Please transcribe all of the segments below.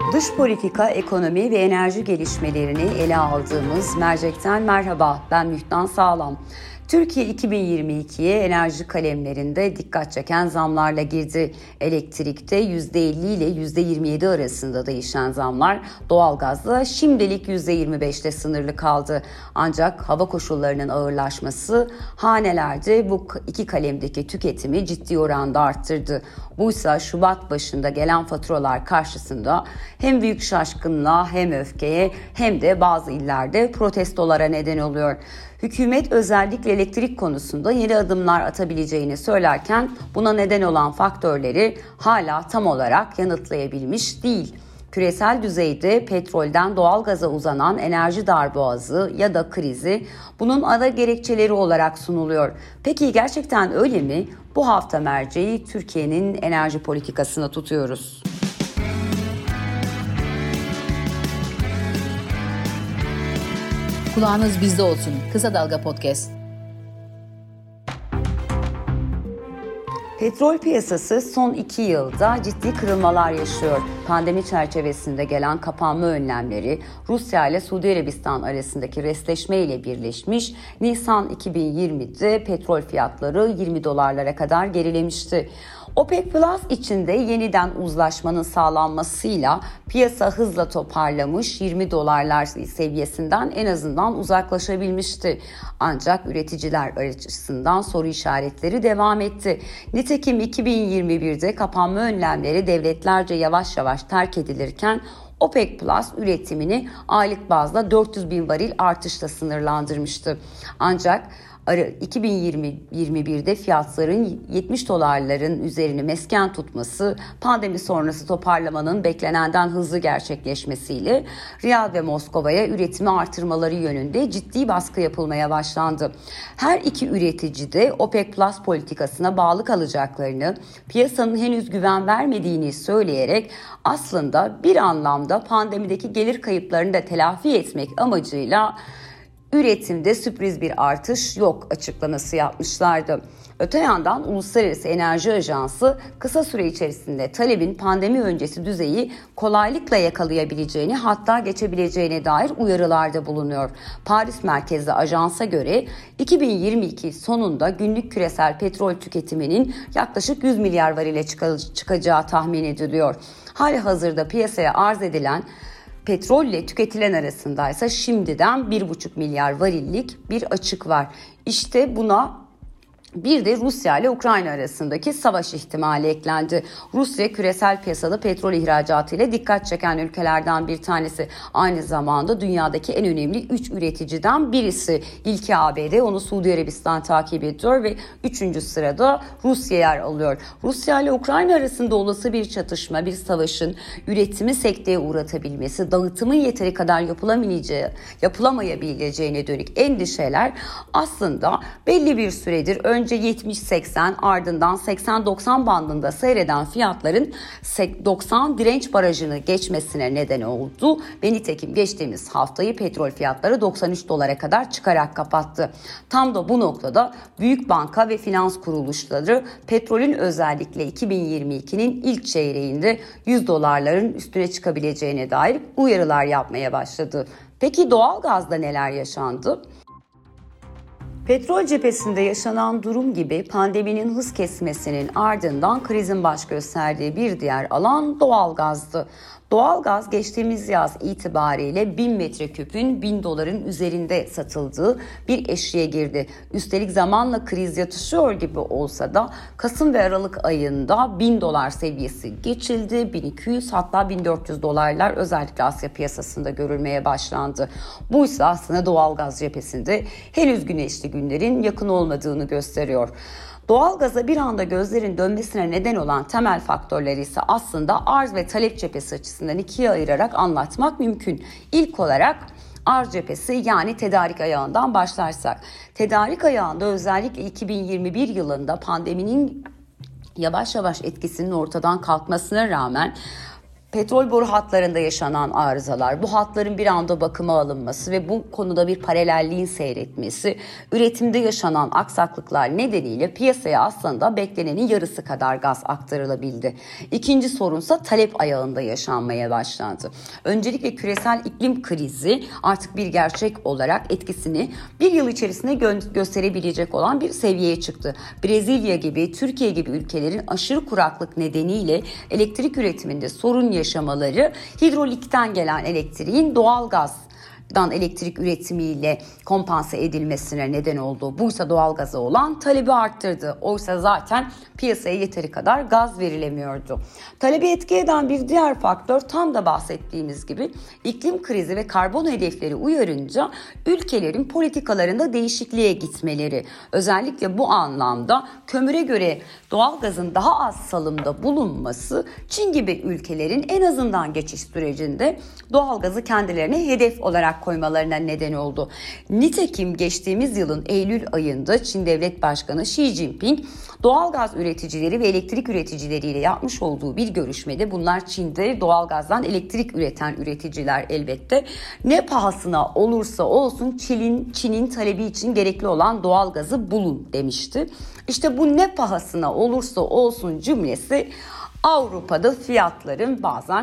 Dış politika, ekonomi ve enerji gelişmelerini ele aldığımız mercekten merhaba, ben Mühtan Sağlam. Türkiye 2022'ye enerji kalemlerinde dikkat çeken zamlarla girdi. Elektrikte %50 ile %27 arasında değişen zamlar, doğalgazda şimdilik %25'te sınırlı kaldı. Ancak hava koşullarının ağırlaşması hanelerde bu iki kalemdeki tüketimi ciddi oranda arttırdı. Buysa Şubat başında gelen faturalar karşısında hem büyük şaşkınlığa hem öfkeye hem de bazı illerde protestolara neden oluyor. Hükümet özellikle elektrik konusunda yeni adımlar atabileceğini söylerken buna neden olan faktörleri hala tam olarak yanıtlayabilmiş değil. Küresel düzeyde petrolden doğalgaza uzanan enerji darboğazı ya da krizi bunun ana gerekçeleri olarak sunuluyor. Peki gerçekten öyle mi? Bu hafta merceği Türkiye'nin enerji politikasına tutuyoruz. Kulağınız bizde olsun. Kısa Dalga Podcast. Petrol piyasası son 2 yılda ciddi kırılmalar yaşıyor. Pandemi çerçevesinde gelen kapanma önlemleri Rusya ile Suudi Arabistan arasındaki restleşme ile birleşmiş. Nisan 2020'de petrol fiyatları $20 kadar gerilemişti. OPEC Plus içinde yeniden uzlaşmanın sağlanmasıyla piyasa hızla toparlamış, $20 seviyesinden en azından uzaklaşabilmişti. Ancak üreticiler açısından soru işaretleri devam etti. Nitekim 2021'de kapanma önlemleri devletlerce yavaş yavaş terk edilirken OPEC Plus üretimini aylık bazda 400 bin varil artışla sınırlandırmıştı. Ancak 2021'de fiyatların $70'ların üzerini mesken tutması, pandemi sonrası toparlamanın beklenenden hızlı gerçekleşmesiyle Riyad ve Moskova'ya üretimi artırmaları yönünde ciddi baskı yapılmaya başlandı. Her iki üretici de OPEC Plus politikasına bağlı kalacaklarını, piyasanın henüz güven vermediğini söyleyerek aslında bir anlamda pandemideki gelir kayıplarını da telafi etmek amacıyla üretimde sürpriz bir artış yok açıklaması yapmışlardı. Öte yandan Uluslararası Enerji Ajansı kısa süre içerisinde talebin pandemi öncesi düzeyi kolaylıkla yakalayabileceğini, hatta geçebileceğine dair uyarılarda bulunuyor. Paris merkezli ajansa göre 2022 sonunda günlük küresel petrol tüketiminin yaklaşık 100 milyar varile çıkacağı tahmin ediliyor. Halihazırda piyasaya arz edilen petrolle tüketilen arasındaysa şimdiden 1,5 milyar varillik bir açık var. İşte buna bir de Rusya ile Ukrayna arasındaki savaş ihtimali eklendi. Rusya küresel piyasada petrol ihracatı ile dikkat çeken ülkelerden bir tanesi. Aynı zamanda dünyadaki en önemli 3 üreticiden birisi. İlki ABD, onu Suudi Arabistan takip ediyor ve 3. sırada Rusya yer alıyor. Rusya ile Ukrayna arasında olası bir çatışma, bir savaşın üretimi sekteye uğratabilmesi, dağıtımın yeteri kadar yapılamayabileceğine dönük endişeler aslında belli bir süredir önce 70-80 ardından 80-90 bandında seyreden fiyatların 90 direnç barajını geçmesine neden oldu ve nitekim geçtiğimiz haftayı petrol fiyatları $93 kadar çıkarak kapattı. Tam da bu noktada büyük banka ve finans kuruluşları petrolün özellikle 2022'nin ilk çeyreğinde $100'ların üstüne çıkabileceğine dair uyarılar yapmaya başladı. Peki doğalgazda neler yaşandı? Petrol cephesinde yaşanan durum gibi pandeminin hız kesmesinin ardından krizin baş gösterdiği bir diğer alan doğalgazdı. Doğalgaz geçtiğimiz yaz itibariyle 1000 metreküpün $1000'ın üzerinde satıldığı bir eşiğe girdi. Üstelik zamanla kriz yatışıyor gibi olsa da Kasım ve Aralık ayında $1000 seviyesi geçildi. 1200 hatta $1400 özellikle Asya piyasasında görülmeye başlandı. Bu ise aslında doğalgaz cephesinde henüz güneşli günlerin yakın olmadığını gösteriyor. Doğalgaza bir anda gözlerin dönmesine neden olan temel faktörleri ise aslında arz ve talep cephesi açısından ikiye ayırarak anlatmak mümkün. İlk olarak arz cephesi, yani tedarik ayağından başlarsak. Tedarik ayağında özellikle 2021 yılında pandeminin yavaş yavaş etkisinin ortadan kalkmasına rağmen petrol boru hatlarında yaşanan arızalar, bu hatların bir anda bakıma alınması ve bu konuda bir paralelliğin seyretmesi, üretimde yaşanan aksaklıklar nedeniyle piyasaya aslında beklenenin yarısı kadar gaz aktarılabildi. İkinci sorunsa talep ayağında yaşanmaya başlandı. Öncelikle küresel iklim krizi artık bir gerçek olarak etkisini bir yıl içerisinde gösterebilecek olan bir seviyeye çıktı. Brezilya gibi, Türkiye gibi ülkelerin aşırı kuraklık nedeniyle elektrik üretiminde sorun yaşamaları hidrolikten gelen elektriğin doğalgazdan elektrik üretimiyle kompanse edilmesine neden oldu. Buysa doğalgaza olan talebi arttırdı. Oysa zaten piyasaya yeteri kadar gaz verilemiyordu. Talebi etki eden bir diğer faktör tam da bahsettiğimiz gibi iklim krizi ve karbon hedefleri uyarınca ülkelerin politikalarında değişikliğe gitmeleri. Özellikle bu anlamda kömüre göre doğalgazın daha az salımda bulunması Çin gibi ülkelerin en azından geçiş sürecinde doğalgazı kendilerine hedef olarak koymalarına neden oldu. Nitekim geçtiğimiz yılın Eylül ayında Çin Devlet Başkanı Xi Jinping doğalgaz üreticileri ve elektrik üreticileriyle yapmış olduğu bir görüşmede, bunlar Çin'de doğalgazdan elektrik üreten üreticiler elbette, ne pahasına olursa olsun Çin'in talebi için gerekli olan doğalgazı bulun demişti. İşte bu ne pahasına olursa olsun cümlesi Avrupa'da fiyatların bazen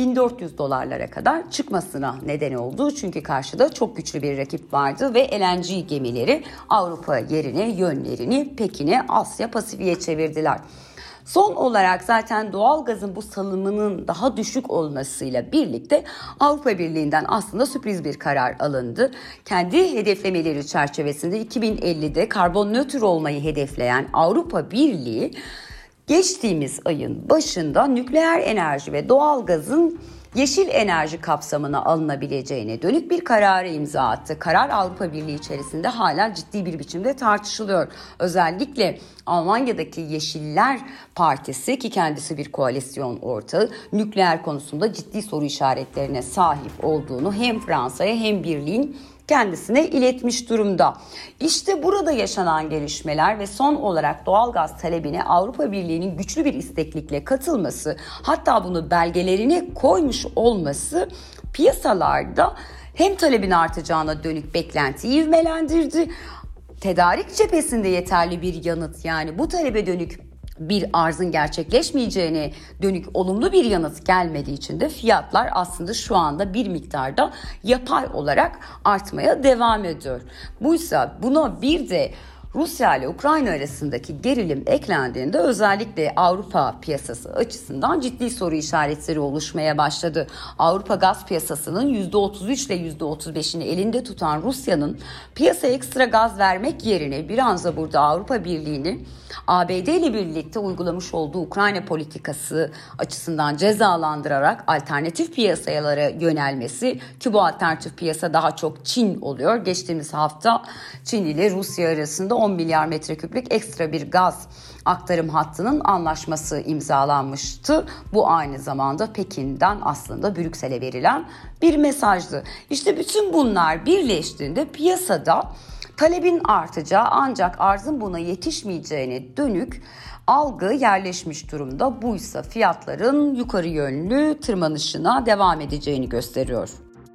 $1400 kadar çıkmasına neden oldu. Çünkü karşıda çok güçlü bir rakip vardı ve LNG gemileri Avrupa yerine yönlerini Pekin'e, Asya Pasifik'e çevirdiler. Son olarak zaten doğalgazın bu salımının daha düşük olmasıyla birlikte Avrupa Birliği'nden aslında sürpriz bir karar alındı. Kendi hedeflemeleri çerçevesinde 2050'de karbon nötr olmayı hedefleyen Avrupa Birliği geçtiğimiz ayın başında nükleer enerji ve doğalgazın yeşil enerji kapsamına alınabileceğine dönük bir karara imza attı. Karar Avrupa Birliği içerisinde hala ciddi bir biçimde tartışılıyor. Özellikle Almanya'daki Yeşiller Partisi, ki kendisi bir koalisyon ortağı, nükleer konusunda ciddi soru işaretlerine sahip olduğunu hem Fransa'ya hem Birliğin kendisine iletmiş durumda. İşte burada yaşanan gelişmeler ve son olarak doğalgaz talebine Avrupa Birliği'nin güçlü bir isteklikle katılması, hatta bunu belgelerine koymuş olması piyasalarda hem talebin artacağına dönük beklentiyi ivmelendirdi. Tedarik cephesinde yeterli bir yanıt, yani bu talebe dönük bir arzın gerçekleşmeyeceğine dönük olumlu bir yanıt gelmediği için de fiyatlar aslında şu anda bir miktarda yapay olarak artmaya devam ediyor. Buysa buna bir de Rusya ile Ukrayna arasındaki gerilim eklendiğinde özellikle Avrupa piyasası açısından ciddi soru işaretleri oluşmaya başladı. Avrupa gaz piyasasının %33 ile %35'ini elinde tutan Rusya'nın piyasaya ekstra gaz vermek yerine biraz da burada Avrupa Birliği'nin ABD ile birlikte uygulamış olduğu Ukrayna politikası açısından cezalandırarak alternatif piyasalara yönelmesi, ki bu alternatif piyasa daha çok Çin oluyor. Geçtiğimiz hafta Çin ile Rusya arasında 10 milyar metreküplük ekstra bir gaz aktarım hattının anlaşması imzalanmıştı. Bu aynı zamanda Pekin'den aslında Brüksel'e verilen bir mesajdı. İşte bütün bunlar birleştiğinde piyasada talebin artacağı ancak arzın buna yetişmeyeceğine dönük algı yerleşmiş durumda. Buysa fiyatların yukarı yönlü tırmanışına devam edeceğini gösteriyor.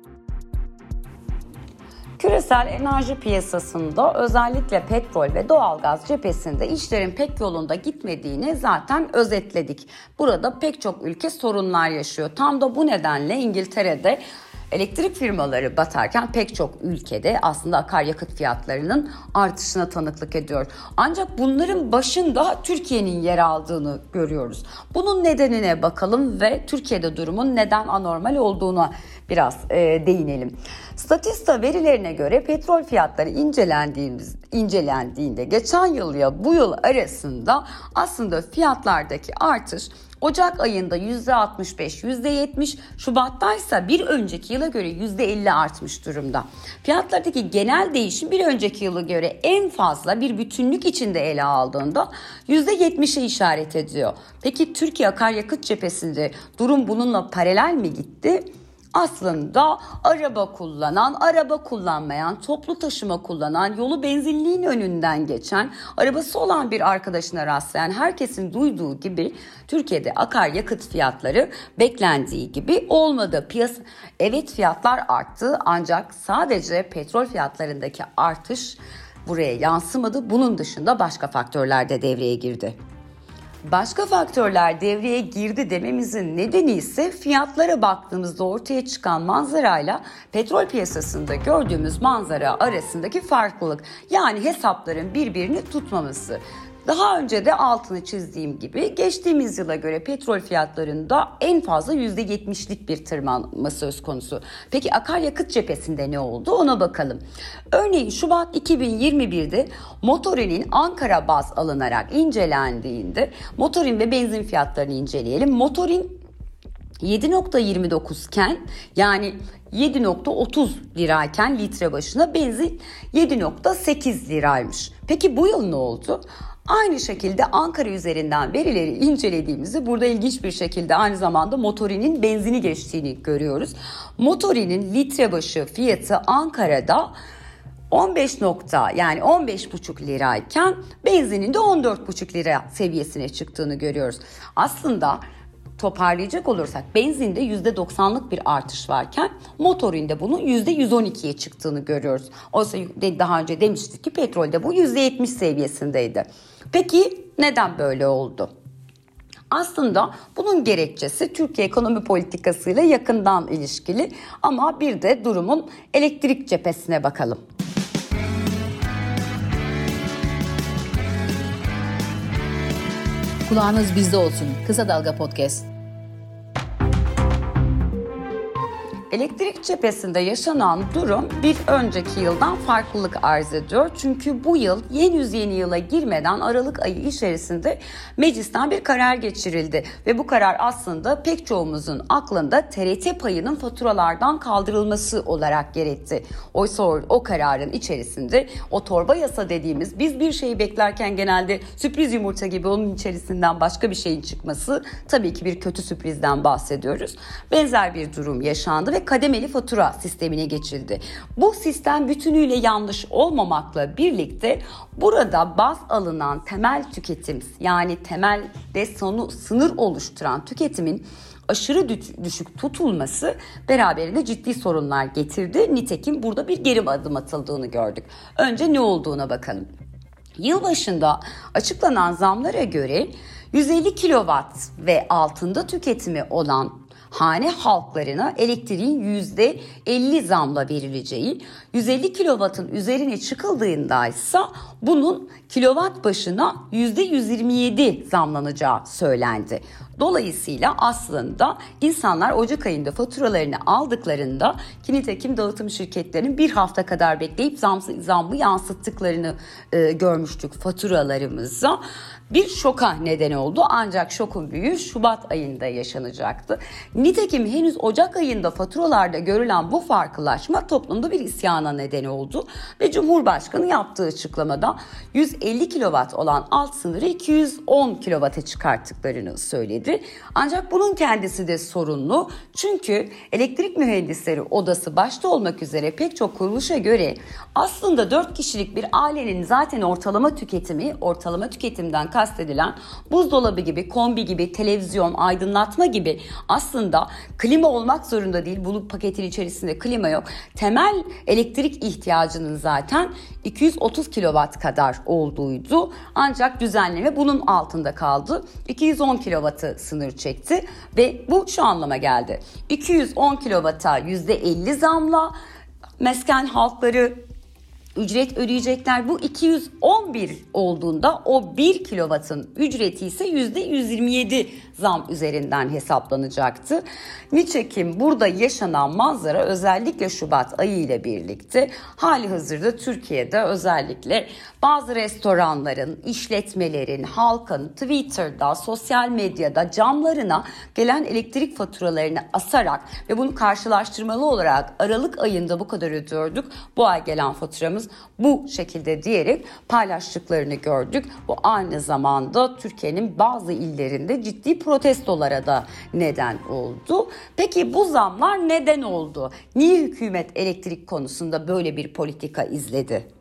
Küresel enerji piyasasında özellikle petrol ve doğalgaz cephesinde işlerin pek yolunda gitmediğini zaten özetledik. Burada pek çok ülke sorunlar yaşıyor. Tam da bu nedenle İngiltere'de elektrik firmaları batarken pek çok ülkede aslında akaryakıt fiyatlarının artışına tanıklık ediyor. Ancak bunların başında Türkiye'nin yer aldığını görüyoruz. Bunun nedenine bakalım ve Türkiye'de durumun neden anormal olduğuna biraz değinelim. Statista verilerine göre petrol fiyatları incelendiğinde geçen yıl ile bu yıl arasında aslında fiyatlardaki artış Ocak ayında %65, %70, Şubat'ta ise bir önceki yıla göre %50 artmış durumda. Fiyatlardaki genel değişim bir önceki yıla göre en fazla bir bütünlük içinde ele aldığında %70'e işaret ediyor. Peki Türkiye akaryakıt cephesinde durum bununla paralel mi gitti? aslında araba kullanan, araba kullanmayan, toplu taşıma kullanan, yolu benzinliğin önünden geçen, arabası olan bir arkadaşına rastlayan herkesin duyduğu gibi Türkiye'de akaryakıt fiyatları beklendiği gibi olmadı. Evet, fiyatlar arttı ancak sadece petrol fiyatlarındaki artış buraya yansımadı. Bunun dışında başka faktörler de devreye girdi. Başka faktörler devreye girdi dememizin nedeni ise fiyatlara baktığımızda ortaya çıkan manzarayla petrol piyasasında gördüğümüz manzara arasındaki farklılık. Yani hesapların birbirini tutmaması. Daha önce de altını çizdiğim gibi geçtiğimiz yıla göre petrol fiyatlarında en fazla %70'lik bir tırmanma söz konusu. Peki akaryakıt cephesinde ne oldu, ona bakalım. Örneğin Şubat 2021'de Motorin'in Ankara baz alınarak incelendiğinde Motorin ve benzin fiyatlarını inceleyelim. Motorin 7.29 iken, yani 7.30 lirayken litre başına, benzin 7.8 liraymış. Peki bu yıl ne oldu? Aynı şekilde Ankara üzerinden verileri incelediğimizde burada ilginç bir şekilde aynı zamanda Motorin'in benzini geçtiğini görüyoruz. Motorin'in litre başı fiyatı Ankara'da 15,5 lirayken benzinin de 14,5 lira seviyesine çıktığını görüyoruz. Aslında toparlayacak olursak benzinde %90'lık bir artış varken Motorin'de bunun %112'ye çıktığını görüyoruz. Oysa daha önce demiştik ki petrolde bu %70 seviyesindeydi. Peki neden böyle oldu? Aslında bunun gerekçesi Türkiye ekonomi politikasıyla yakından ilişkili, ama bir de durumun elektrik cephesine bakalım. Kulağınız bizde olsun. Kısa Dalga Podcast. Elektrik cephesinde yaşanan durum bir önceki yıldan farklılık arz ediyor. Çünkü bu yıl henüz yeni yıla girmeden Aralık ayı içerisinde meclisten bir karar geçirildi. Ve bu karar aslında pek çoğumuzun aklında TRT payının faturalardan kaldırılması olarak yer etti. Oysa o kararın içerisinde o torba yasa dediğimiz, biz bir şeyi beklerken genelde sürpriz yumurta gibi onun içerisinden başka bir şeyin çıkması, tabii ki bir kötü sürprizden bahsediyoruz. Benzer bir durum yaşandı ve kademeli fatura sistemine geçildi. Bu sistem bütünüyle yanlış olmamakla birlikte burada baz alınan temel tüketim, yani temelde sınır oluşturan tüketimin aşırı düşük tutulması beraberinde ciddi sorunlar getirdi. Nitekim burada bir geri adım atıldığını gördük. Önce ne olduğuna bakalım. Yılbaşında açıklanan zamlara göre 150 kilowatt ve altında tüketimi olan hane halklarına elektriğin %50 zamla verileceği, 150 kilowattın üzerine çıkıldığında ise bunun kilowatt başına %127 zamlanacağı söylendi. Dolayısıyla aslında insanlar Ocak ayında faturalarını aldıklarında, ki nitekim dağıtım şirketlerinin bir hafta kadar bekleyip zammı yansıttıklarını görmüştük faturalarımıza. Bir şoka neden oldu, ancak şokun büyüğü Şubat ayında yaşanacaktı. Nitekim henüz Ocak ayında faturalarda görülen bu farklılaşma toplumda bir isyana neden oldu ve Cumhurbaşkanı yaptığı açıklamada 150 kilowatt olan alt sınırı 210 kilowatt'a çıkarttıklarını söyledi. Ancak bunun kendisi de sorunlu, çünkü Elektrik Mühendisleri Odası başta olmak üzere pek çok kuruluşa göre aslında 4 kişilik bir ailenin zaten ortalama tüketimden kastedilen buzdolabı gibi, kombi gibi, televizyon, aydınlatma gibi, aslında klima olmak zorunda değil. Bu paketin içerisinde klima yok. Temel elektrik ihtiyacının zaten 230 kilowatt kadar olduğuydu. Ancak düzenleme bunun altında kaldı. 210 kilowattı sınır çekti ve bu şu anlama geldi. 210 kilowatta %50 zamla mesken halkları ücret ödeyecekler. Bu 211 olduğunda o 1 kilowattın ücreti ise %127 zam üzerinden hesaplanacaktı. Nitekim burada yaşanan manzara özellikle Şubat ayı ile birlikte hali hazırda Türkiye'de özellikle bazı restoranların, işletmelerin, halkın Twitter'da, sosyal medyada camlarına gelen elektrik faturalarını asarak ve bunu karşılaştırmalı olarak Aralık ayında bu kadar ödüyorduk, bu ay gelen faturamız yaptınız bu şekilde diyerek paylaştıklarını gördük. Bu aynı zamanda Türkiye'nin bazı illerinde ciddi protestolara da neden oldu. Peki bu zamlar neden oldu? Niye hükümet elektrik konusunda böyle bir politika izledi?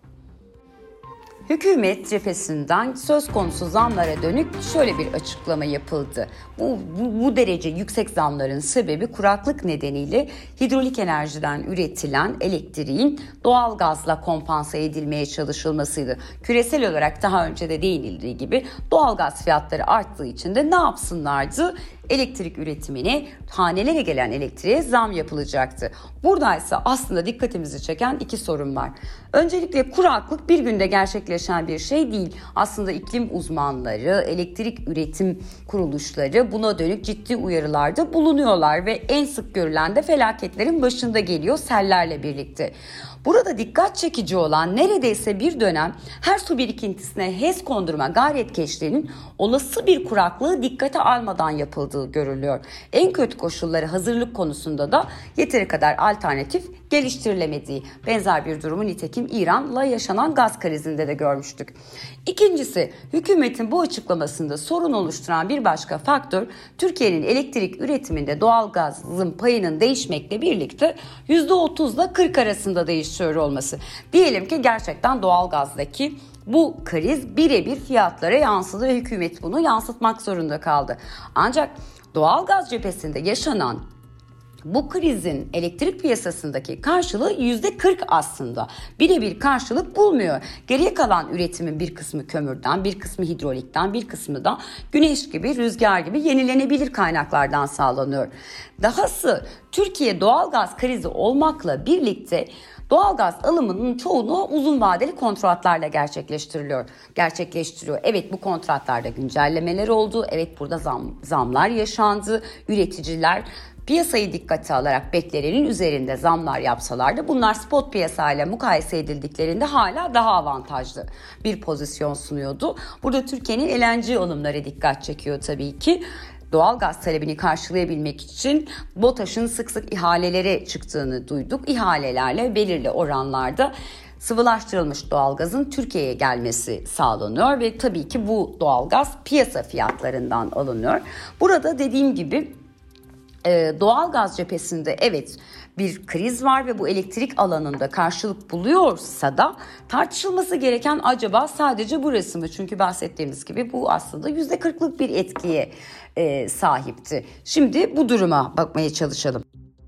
Hükümet cephesinden söz konusu zamlara dönük şöyle bir açıklama yapıldı. Bu derece yüksek zamların sebebi kuraklık nedeniyle hidrolik enerjiden üretilen elektriğin doğal gazla kompanse edilmeye çalışılmasıydı. Küresel olarak daha önce de değinildiği gibi doğal gaz fiyatları arttığı için de ne yapsınlardı? Elektrik üretimine, hanelere gelen elektriğe zam yapılacaktı. Buradaysa aslında dikkatimizi çeken iki sorun var. Öncelikle kuraklık bir günde gerçekleşen bir şey değil. Aslında iklim uzmanları, elektrik üretim kuruluşları buna dönük ciddi uyarılarda bulunuyorlar ve en sık görülen de felaketlerin başında geliyor sellerle birlikte. Burada dikkat çekici olan neredeyse bir dönem her su birikintisine HES kondurma gayretkeşliğinin olası bir kuraklığı dikkate almadan yapıldığı görülüyor. En kötü koşulları hazırlık konusunda da yeteri kadar alternatif geliştirilemediği, benzer bir durumu nitekim İran'la yaşanan gaz krizinde de görmüştük. İkincisi, hükümetin bu açıklamasında sorun oluşturan bir başka faktör Türkiye'nin elektrik üretiminde doğalgazın payının değişmekle birlikte %30 ile 40 arasında değişiyor olması. Diyelim ki gerçekten doğalgazdaki bu kriz birebir fiyatlara yansıdı ve hükümet bunu yansıtmak zorunda kaldı. Ancak doğalgaz cephesinde yaşanan bu krizin elektrik piyasasındaki karşılığı %40 aslında. Birebir karşılık bulmuyor. Geriye kalan üretimin bir kısmı kömürden, bir kısmı hidrolikten, bir kısmı da güneş gibi, rüzgar gibi yenilenebilir kaynaklardan sağlanıyor. Dahası Türkiye doğalgaz krizi olmakla birlikte doğalgaz alımının çoğunu uzun vadeli kontratlarla gerçekleştiriyor. Evet, bu kontratlarda güncellemeler oldu. Evet, burada zamlar yaşandı. Üreticiler piyasayı dikkate alarak beklenenin üzerinde zamlar yapsalar da bunlar spot piyasayla mukayese edildiklerinde hala daha avantajlı bir pozisyon sunuyordu. Burada Türkiye'nin LNG alımları dikkat çekiyor tabii ki. Doğalgaz talebini karşılayabilmek için BOTAŞ'ın sık sık ihalelere çıktığını duyduk. İhalelerle belirli oranlarda sıvılaştırılmış doğalgazın Türkiye'ye gelmesi sağlanıyor ve tabii ki bu doğalgaz piyasa fiyatlarından alınıyor. Burada dediğim gibi doğalgaz cephesinde evet bir kriz var ve bu elektrik alanında karşılık buluyorsa da tartışılması gereken acaba sadece burası mı? Çünkü bahsettiğimiz gibi bu aslında %40'lık bir etkiye sahipti. Şimdi bu duruma bakmaya çalışalım.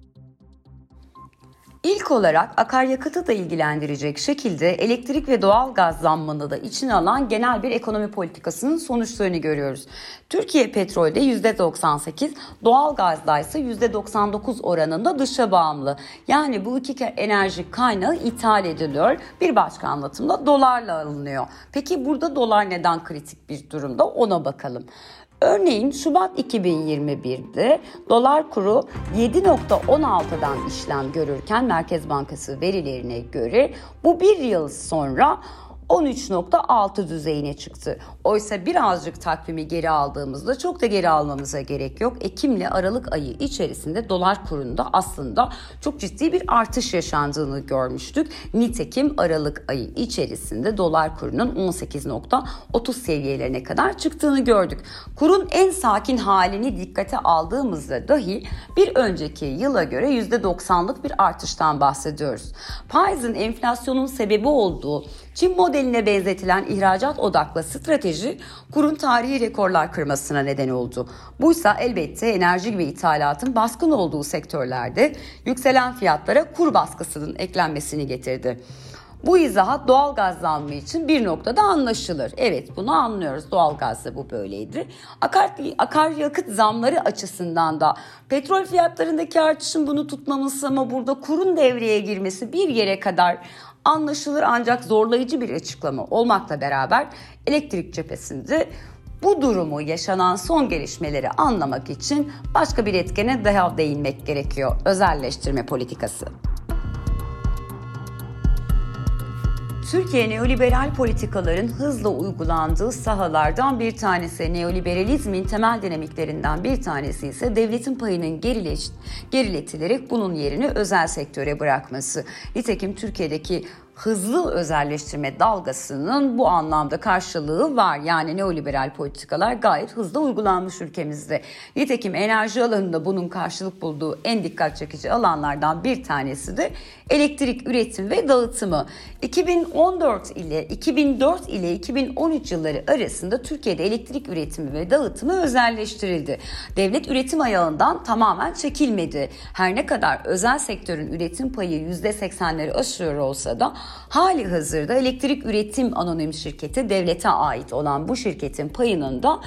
İlk olarak akaryakıtı da ilgilendirecek şekilde elektrik ve doğalgaz zammını da içine alan genel bir ekonomi politikasının sonuçlarını görüyoruz. Türkiye petrolde %98, doğalgazda ise %99 oranında dışa bağımlı. Yani bu iki enerji kaynağı ithal ediliyor. Bir başka anlatımda dolarla alınıyor. Peki burada dolar neden kritik bir durumda? Ona bakalım. Örneğin Şubat 2021'de dolar kuru 7.16'dan işlem görürken Merkez Bankası verilerine göre bu bir yıl sonra 13.6 düzeyine çıktı. Oysa birazcık takvimi geri aldığımızda çok da geri almamıza gerek yok. Ekim ile Aralık ayı içerisinde dolar kurunda aslında çok ciddi bir artış yaşandığını görmüştük. Nitekim Aralık ayı içerisinde dolar kurunun 18.30 seviyelerine kadar çıktığını gördük. Kurun en sakin halini dikkate aldığımızda dahi bir önceki yıla göre %90'lık bir artıştan bahsediyoruz. Faizin enflasyonun sebebi olduğu Çin modeline benzetilen ihracat odaklı strateji kurun tarihi rekorlar kırmasına neden oldu. Buysa elbette enerji ve ithalatın baskın olduğu sektörlerde yükselen fiyatlara kur baskısının eklenmesini getirdi. Bu izahat doğalgaz zammı için bir noktada anlaşılır. Evet, bunu anlıyoruz. Doğalgazda bu böyleydi. Akaryakıt zamları açısından da petrol fiyatlarındaki artışın bunu tutmaması ama burada kurun devreye girmesi bir yere kadar anlaşılır, ancak zorlayıcı bir açıklama olmakla beraber elektrik cephesinde bu durumu, yaşanan son gelişmeleri anlamak için başka bir etkene daha değinmek gerekiyor. Özelleştirme politikası. Türkiye neoliberal politikaların hızla uygulandığı sahalardan bir tanesi. Neoliberalizmin temel dinamiklerinden bir tanesi ise devletin payının geriletilerek bunun yerini özel sektöre bırakması. Nitekim Türkiye'deki hızlı özelleştirme dalgasının bu anlamda karşılığı var. Yani neoliberal politikalar gayet hızlı uygulanmış ülkemizde. Nitekim enerji alanında bunun karşılık bulduğu en dikkat çekici alanlardan bir tanesi de elektrik üretim ve dağıtımı. 2004 ile 2013 yılları arasında Türkiye'de elektrik üretimi ve dağıtımı özelleştirildi. Devlet üretim ayağından tamamen çekilmedi. Her ne kadar özel sektörün üretim payı %80'leri aşıyor olsa da hali hazırda elektrik üretim anonim şirketi devlete ait olan bu şirketin payının da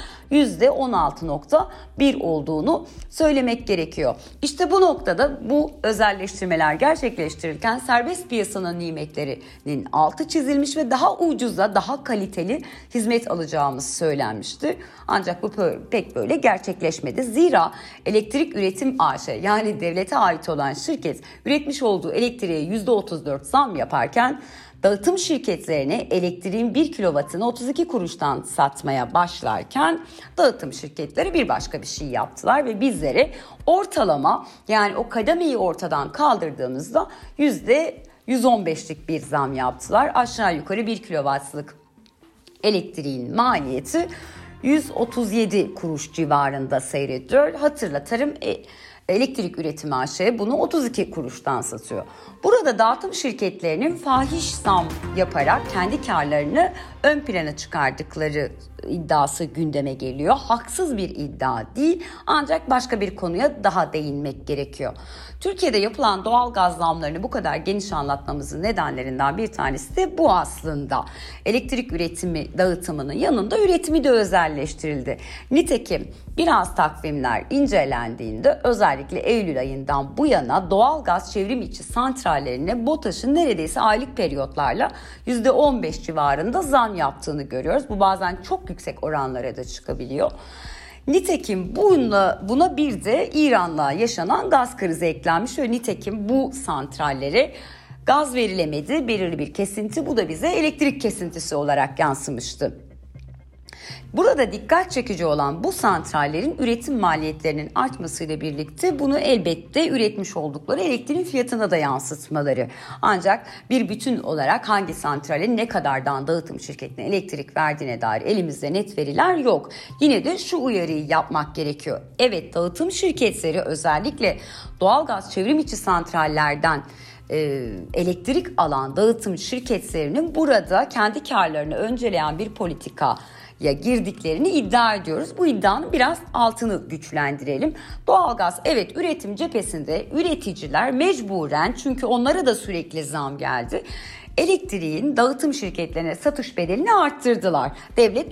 %16.1 olduğunu söylemek gerekiyor. İşte bu noktada bu özelleştirmeler gerçekleştirirken serbest piyasanın nimetlerinin altı çizilmiş ve daha ucuza, daha kaliteli hizmet alacağımız söylenmiştir. Ancak bu pek böyle gerçekleşmedi. Zira elektrik üretim AŞ yani devlete ait olan şirket üretmiş olduğu elektriğe %34 zam yaparken dağıtım şirketlerine elektriğin 1 kilovatını 32 kuruştan satmaya başlarken dağıtım şirketleri bir başka bir şey yaptılar ve bizlere ortalama yani o kademeyi ortadan kaldırdığımızda %115'lik bir zam yaptılar. Aşağı yukarı 1 kilowattlık elektriğin maliyeti 137 kuruş civarında seyrediyor. Hatırlatırım elektrik üretimi AŞ bunu 32 kuruştan satıyor. Burada dağıtım şirketlerinin fahiş zam yaparak kendi karlarını ön plana çıkardıkları iddiası gündeme geliyor. Haksız bir iddia değil ancak başka bir konuya daha değinmek gerekiyor. Türkiye'de yapılan doğal gaz zamlarını bu kadar geniş anlatmamızın nedenlerinden bir tanesi de bu aslında. Elektrik üretimi dağıtımının yanında üretimi de özelleştirildi. Nitekim biraz takvimler incelendiğinde özellikle Eylül ayından bu yana doğal gaz çevrim içi santrallerine BOTAŞ'ın neredeyse aylık periyotlarla %15 civarında zam yaptığını görüyoruz. Bu bazen çok yüksek oranlara da çıkabiliyor. Nitekim buna bir de İran'la yaşanan gaz krizi eklenmiş ve nitekim bu santrallere gaz verilemedi. Belirli bir kesinti, bu da bize elektrik kesintisi olarak yansımıştı. Burada dikkat çekici olan bu santrallerin üretim maliyetlerinin artmasıyla birlikte bunu elbette üretmiş oldukları elektriğin fiyatına da yansıtmaları. Ancak bir bütün olarak hangi santralin ne kadardan dağıtım şirketine elektrik verdiğine dair elimizde net veriler yok. Yine de şu uyarıyı yapmak gerekiyor. Evet, dağıtım şirketleri özellikle doğalgaz çevrim içi santrallerden elektrik alan dağıtım şirketlerinin burada kendi karlarını önceleyen bir politikaya girdiklerini iddia ediyoruz. Bu iddianın biraz altını güçlendirelim. Doğalgaz evet üretim cephesinde üreticiler mecburen çünkü onlara da sürekli zam geldi. Elektriğin dağıtım şirketlerine satış bedelini arttırdılar. Devlet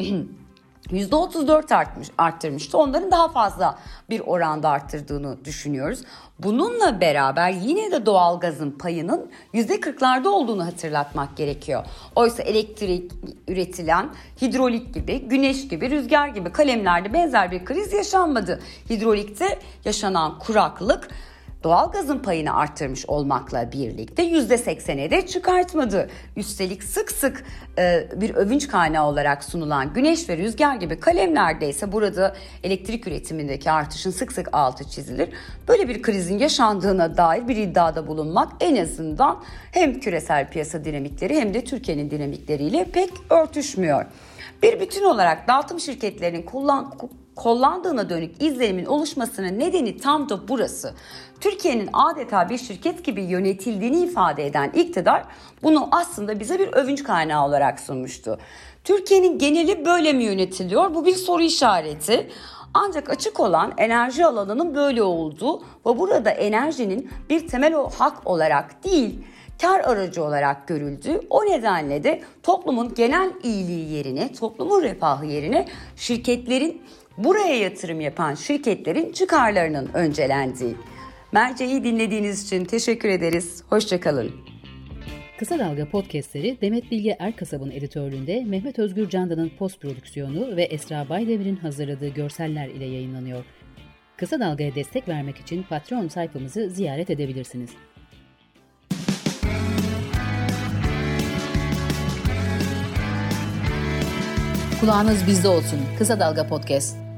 %34 arttırmıştı. Onların daha fazla bir oranda arttırdığını düşünüyoruz. Bununla beraber yine de doğalgazın payının %40'larda olduğunu hatırlatmak gerekiyor. Oysa elektrik üretilen hidrolik gibi, güneş gibi, rüzgar gibi kalemlerde benzer bir kriz yaşanmadı. Hidrolikte yaşanan kuraklık doğalgazın payını arttırmış olmakla birlikte %80'e de çıkartmadı. Üstelik sık sık bir övünç kaynağı olarak sunulan güneş ve rüzgar gibi kalemlerde ise burada elektrik üretimindeki artışın sık sık altı çizilir. Böyle bir krizin yaşandığına dair bir iddiada bulunmak en azından hem küresel piyasa dinamikleri hem de Türkiye'nin dinamikleriyle pek örtüşmüyor. Bir bütün olarak dağıtım şirketlerinin kullandığına dönük izlenimin oluşmasının nedeni tam da burası. Türkiye'nin adeta bir şirket gibi yönetildiğini ifade eden iktidar bunu aslında bize bir övünç kaynağı olarak sunmuştu. Türkiye'nin geneli böyle mi yönetiliyor? Bu bir soru işareti. Ancak açık olan enerji alanının böyle olduğu ve burada enerjinin bir temel hak olarak değil, kar aracı olarak görüldü. O nedenle de toplumun genel iyiliği yerine, toplumun refahı yerine şirketlerin, buraya yatırım yapan şirketlerin çıkarlarının öncelendiği. Merceği dinlediğiniz için teşekkür ederiz. Hoşça kalın. Kısa Dalga podcastleri Demet Bilge Erkasab'ın editörlüğünde Mehmet Özgür Candan'ın post prodüksiyonu ve Esra Baydemir'in hazırladığı görseller ile yayınlanıyor. Kısa Dalga'ya destek vermek için Patreon sayfamızı ziyaret edebilirsiniz. Kulağınız bizde olsun. Kısa Dalga Podcast.